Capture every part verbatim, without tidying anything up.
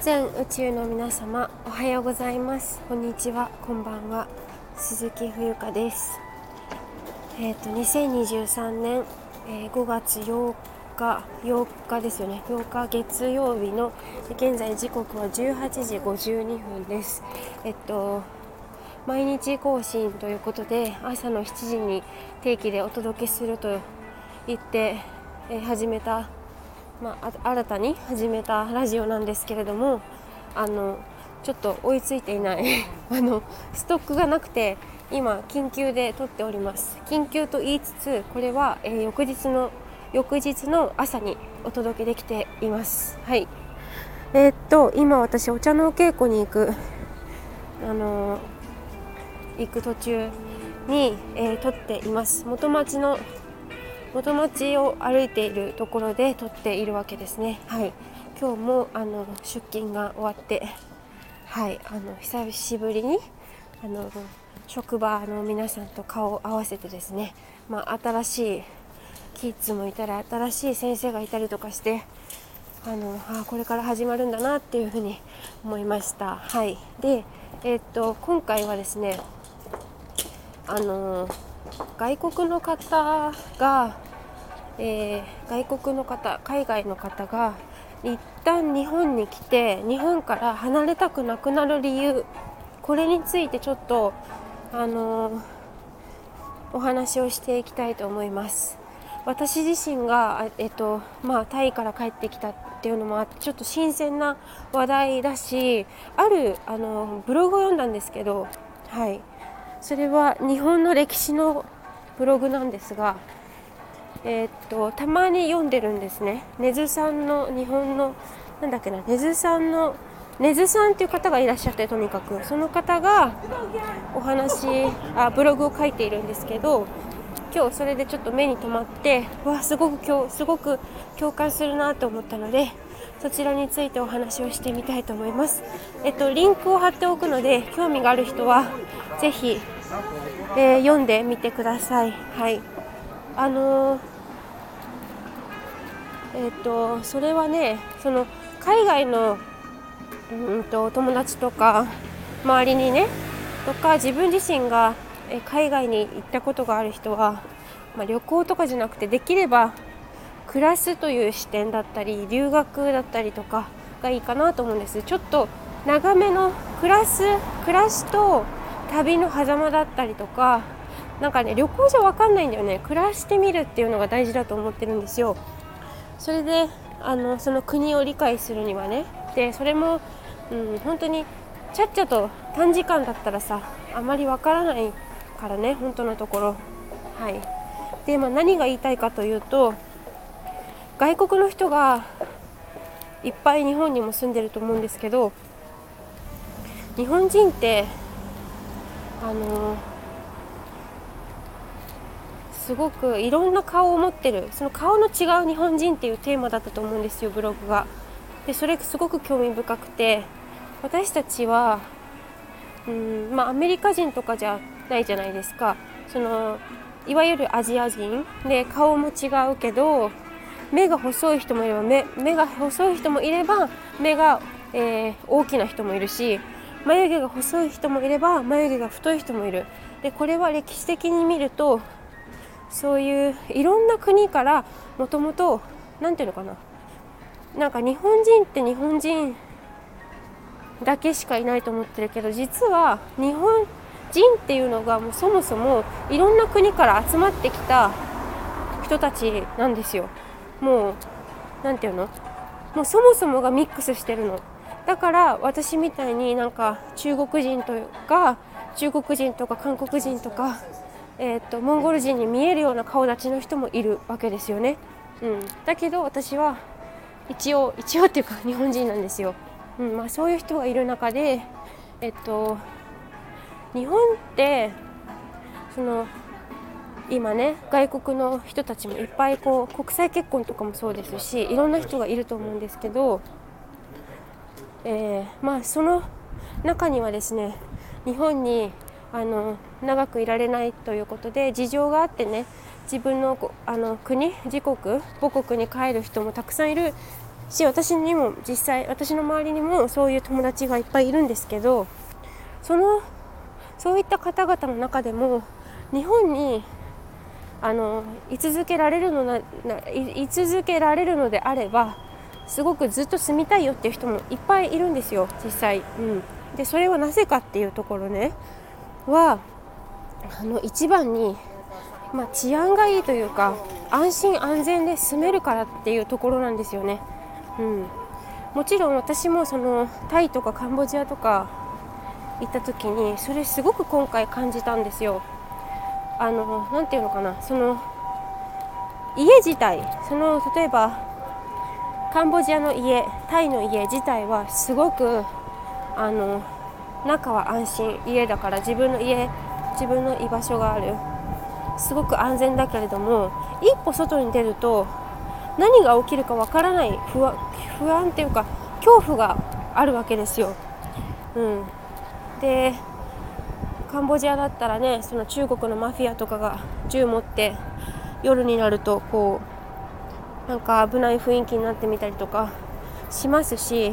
全宇宙の皆様、おはようございます。こんにちは、こんばんは。鈴木冬香です。えっ、ー、とにせんにじゅうさんねん、えー、ごがつようかようかですよね。ようか月曜日の現在時刻はじゅうはちじごじゅうにふんです。えっと毎日更新ということで、朝のしちじに定期でお届けすると言って、えー、始めたまあ、新たに始めたラジオなんですけれども、あのちょっと追いついていないあのストックがなくて、今緊急で撮っております。緊急と言いつつ、これは、えー、翌日の翌日の朝にお届けできています。はい。えー、っと今私お茶のお稽古に行くあのー、行く途中に、えー、撮っています。元町の元町を歩いているところで撮っているわけですね。はい、今日もあの出勤が終わって、はい、あの久しぶりにあの職場の皆さんと顔を合わせてですね、まあ、新しいキッズもいたり、新しい先生がいたりとかして、あのあこれから始まるんだなっていうふうに思いました。はい、で、えー、っと今回はですね、あの外国の方が、えー、外国の方海外の方が一旦日本に来て、日本から離れたくなくなる理由、これについてちょっと、あのー、お話をしていきたいと思います。私自身が、えっとまあ、タイから帰ってきたっていうのもあって、ちょっと新鮮な話題だし、あるあのブログを読んだんですけど、はい、それは日本の歴史のブログなんですが、えー、っとたまに読んでるんですね。根津さんの日本のなんだっけな根津さんの根津さんっていう方がいらっしゃって、とにかくその方がお話あブログを書いているんですけど、今日それでちょっと目に留まって、わすごく今日すごく共感するなと思ったので、そちらについてお話をしてみたいと思います。えっとリンクを貼っておくので、興味がある人はぜひ、えー、読んでみてください。はい、あのー、えっとそれはね、その海外のうんと友達とか周りにねとか、自分自身が海外に行ったことがある人は、まあ、旅行とかじゃなくて、できれば暮らすという視点だったり留学だったりとかがいいかなと思うんです。ちょっと長めの暮らす暮らしと旅の狭間だったりとか、なんかね、旅行じゃ分かんないんだよね。暮らしてみるっていうのが大事だと思ってるんですよ。それであのその国を理解するにはね、でそれも、うん、本当にちゃっちゃと短時間だったらさ、あまり分からないからね、本当のところ。はい。で、まあ、何が言いたいかというと、外国の人がいっぱい日本にも住んでると思うんですけど、日本人ってあのすごくいろんな顔を持ってる、その顔の違う日本人っていうテーマだったと思うんですよ、ブログが。でそれすごく興味深くて、私たちはうんまあアメリカ人とかじゃないじゃないですか。そのいわゆるアジア人で、顔も違うけど、目が細い人もいれば 目, 目が細い人もいれば目が、えー、大きな人もいるし、眉毛が細い人もいれば眉毛が太い人もいる。でこれは歴史的に見ると、そういういろんな国からもともと、なんていうのかな、なんか日本人って日本人だけしかいないと思ってるけど、実は日本人っていうのがもうそもそもいろんな国から集まってきた人たちなんですよ。もうなんていうの、もうそもそもがミックスしてるの。だから私みたいになんか中国人とか中国人とか韓国人とか、えー、とモンゴル人に見えるような顔立ちの人もいるわけですよね。うん、だけど私は一応一応っていうか日本人なんですよ。うんまあ、そういう人がいる中で、えっと日本ってその今ね、外国の人たちもいっぱいこう国際結婚とかもそうですし、いろんな人がいると思うんですけど、えー、まあその中にはですね、日本にあの長くいられないということで事情があってね、自分のあの国自国母国に帰る人もたくさんいるし、私にも実際私の周りにもそういう友達がいっぱいいるんですけど、そのそういった方々の中でも日本にあの居続けられるのな居続けられるのであれば、すごくずっと住みたいよっていう人もいっぱいいるんですよ、実際。うん、でそれはなぜかっていうところねは、あの一番に、まあ、治安がいいというか安心安全で住めるからっていうところなんですよね。うん、もちろん私もそのタイとかカンボジアとか行った時にそれすごく今回感じたんですよ。あのなんていうのかな、その家自体、その例えばカンボジアの家、タイの家自体はすごくあの中は安心、家だから自分の家、自分の居場所がある、すごく安全だけれども、一歩外に出ると何が起きるかわからない不安、不安っていうか恐怖があるわけですよ。うん、でカンボジアだったらね、その中国のマフィアとかが銃持って夜になるとこうなんか危ない雰囲気になってみたりとかしますし、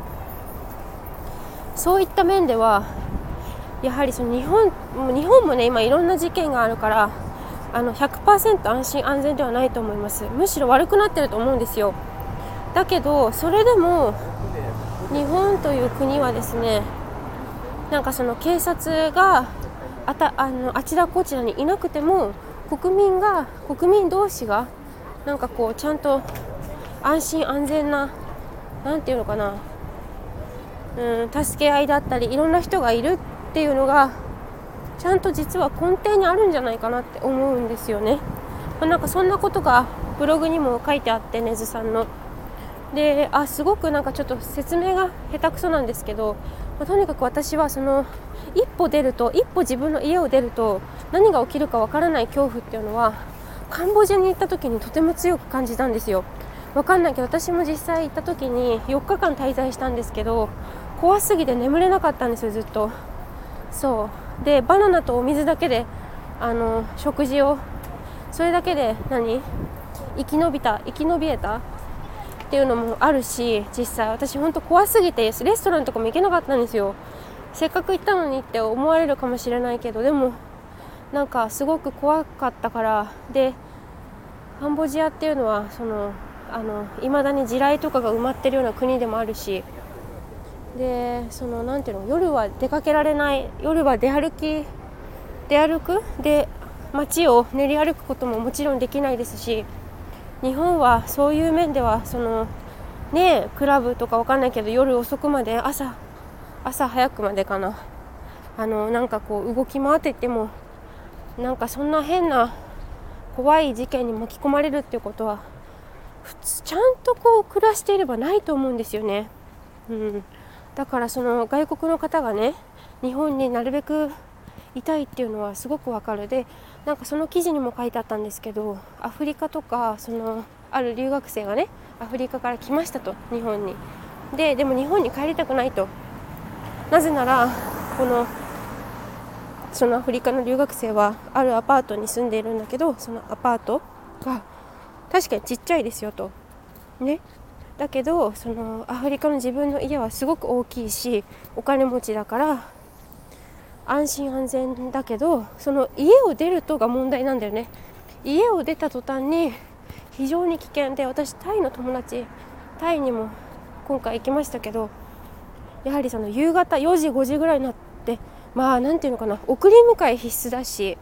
そういった面ではやはりその日本日本もね、今いろんな事件があるから、あの ひゃくパーセント 安心安全ではないと思います。むしろ悪くなってると思うんですよ。だけどそれでも日本という国はですね、なんかその警察があたあのあちらこちらにいなくても、国民が国民同士がなんかこうちゃんと安心安全な、なんていうのかな、うん、助け合いだったりいろんな人がいるっていうのがちゃんと実は根底にあるんじゃないかなって思うんですよね。まあ、なんかそんなことがブログにも書いてあって、ねずさんので、あすごくなんかちょっと説明が下手くそなんですけど、まあ、とにかく私はその一歩出ると一歩自分の家を出ると何が起きるかわからない恐怖っていうのはカンボジアに行った時にとても強く感じたんですよ。わかんないけど私も実際行った時によっかかん滞在したんですけど、怖すぎて眠れなかったんですよ、ずっと。そうでバナナとお水だけであの食事を、それだけで何生き延びた生き延びえたっていうのもあるし、実際私本当怖すぎてレストランとかも行けなかったんですよ。せっかく行ったのにって思われるかもしれないけど、でもなんかすごく怖かったから。でカンボジアっていうのはそのあの未だに地雷とかが埋まってるような国でもあるし、でそのなんていうの、夜は出かけられない、夜は出歩き出歩くで街を練り歩くことももちろんできないですし、日本はそういう面ではそのねクラブとかわかんないけど夜遅くまで朝朝早くまでかな、あのなんかこう動き回っていってもなんかそんな変な怖い事件に巻き込まれるっていうことは普通ちゃんとこう暮らしていればないと思うんですよね。うん、だからその外国の方がね日本になるべくいたいっていうのはすごくわかる。でなんかその記事にも書いてあったんですけど、アフリカとかそのある留学生がねアフリカから来ましたと、日本に。ででも日本に帰りたくないと。なぜならこのそのアフリカの留学生はあるアパートに住んでいるんだけど、そのアパートが確かにちっちゃいですよとね。だけどそのアフリカの自分の家はすごく大きいしお金持ちだから安心安全だけど、その家を出るとが問題なんだよね。家を出た途端に非常に危険で、私タイの友達タイにも今回行きましたけど、やはりその夕方よじごじぐらいになって、まあなんていうのかな、送り迎え必須だし、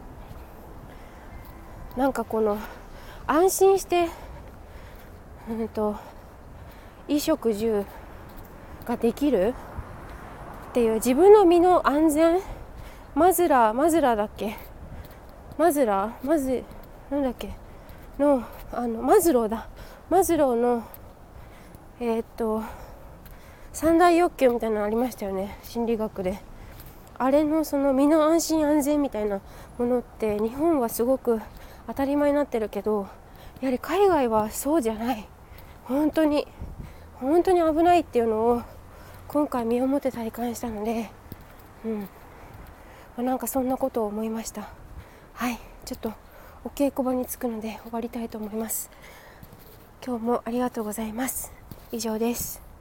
なんかこの安心してうんと衣食住ができるっていう自分の身の安全、マズラーマズラーだっけマズラーマズなんだっけのあのマズローだマズローのえー、っと三大欲求みたいなのありましたよね、心理学で。あれのその身の安心安全みたいなものって日本はすごく当たり前になってるけど、やはり海外はそうじゃない、本当に本当に危ないっていうのを今回身をもって体感したので、うんまあ、なんかそんなことを思いました。はい、ちょっとお稽古場に着くので終わりたいと思います。今日もありがとうございます。 以上です。